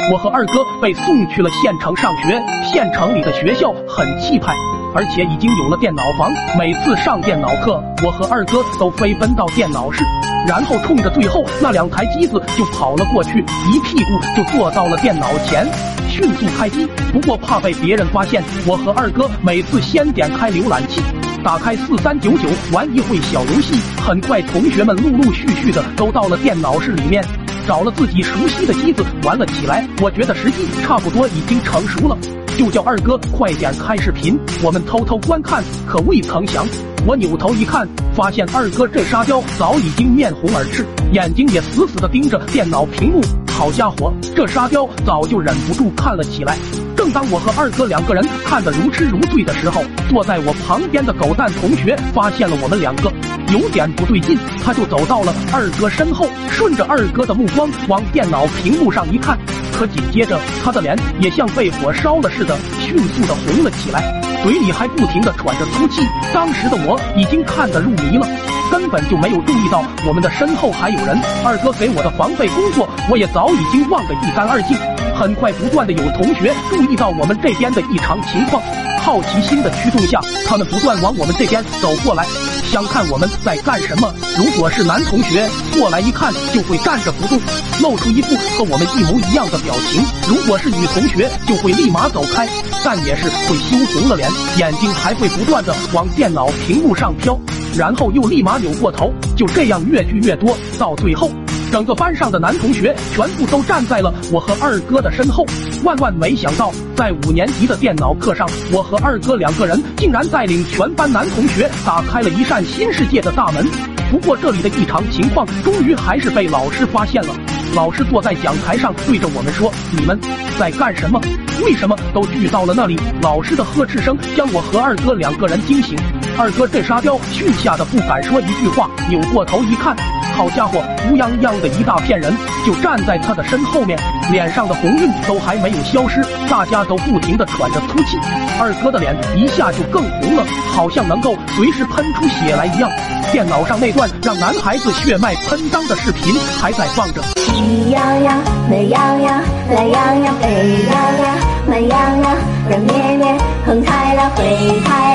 我和二哥被送去了县城上学。县城里的学校很气派，而且已经有了电脑房。每次上电脑课，我和二哥都飞奔到电脑室，然后冲着最后那2台机子就跑了过去，一屁股就坐到了电脑前，迅速开机。不过怕被别人发现，我和二哥每次先点开浏览器，打开4399玩一会小游戏。很快同学们陆陆续续的都到了电脑室里面，找了自己熟悉的机子玩了起来。我觉得时机差不多已经成熟了，就叫二哥快点开视频。我们偷偷观看，可未曾想，我扭头一看，发现二哥这沙雕早已经面红耳赤，眼睛也死死地盯着电脑屏幕。好家伙，这沙雕早就忍不住看了起来。正当我和二哥2个人看得如痴如醉的时候，坐在我旁边的狗蛋同学发现了我们2个，有点不对劲，他就走到了二哥身后，顺着二哥的目光往电脑屏幕上一看，可紧接着他的脸也像被火烧了似的，迅速的红了起来，嘴里还不停的喘着粗气。当时的我已经看得入迷了，根本就没有注意到我们的身后还有人。二哥给我的防备工作，我也早已经忘得一干二净。很快不断的有同学注意到我们这边的异常情况，好奇心的驱动下，他们不断往我们这边走过来，想看我们在干什么。如果是男同学过来一看，就会站着不动，露出一副和我们一模一样的表情；如果是女同学，就会立马走开，但也是会羞红了脸，眼睛还会不断的往电脑屏幕上飘，然后又立马扭过头。就这样越聚越多，到最后整个班上的男同学全部都站在了我和二哥的身后。万万没想到，在5年级的电脑课上，我和二哥2个人竟然带领全班男同学打开了一扇新世界的大门。不过这里的异常情况终于还是被老师发现了。老师坐在讲台上对着我们说：“你们在干什么？为什么都聚到了那里？”老师的呵斥声将我和二哥2个人惊醒。二哥这沙雕逊吓得不敢说一句话，扭过头一看，好家伙，乌泱泱的一大片人就站在他的身后面，脸上的红晕都还没有消失，大家都不停地喘着粗气。二哥的脸一下就更红了，好像能够随时喷出血来一样。电脑上那段让男孩子血脉喷张的视频还在放着。 喜羊羊、美羊羊、懒羊羊、沸羊羊、慢羊羊、软绵绵、横太郎、灰太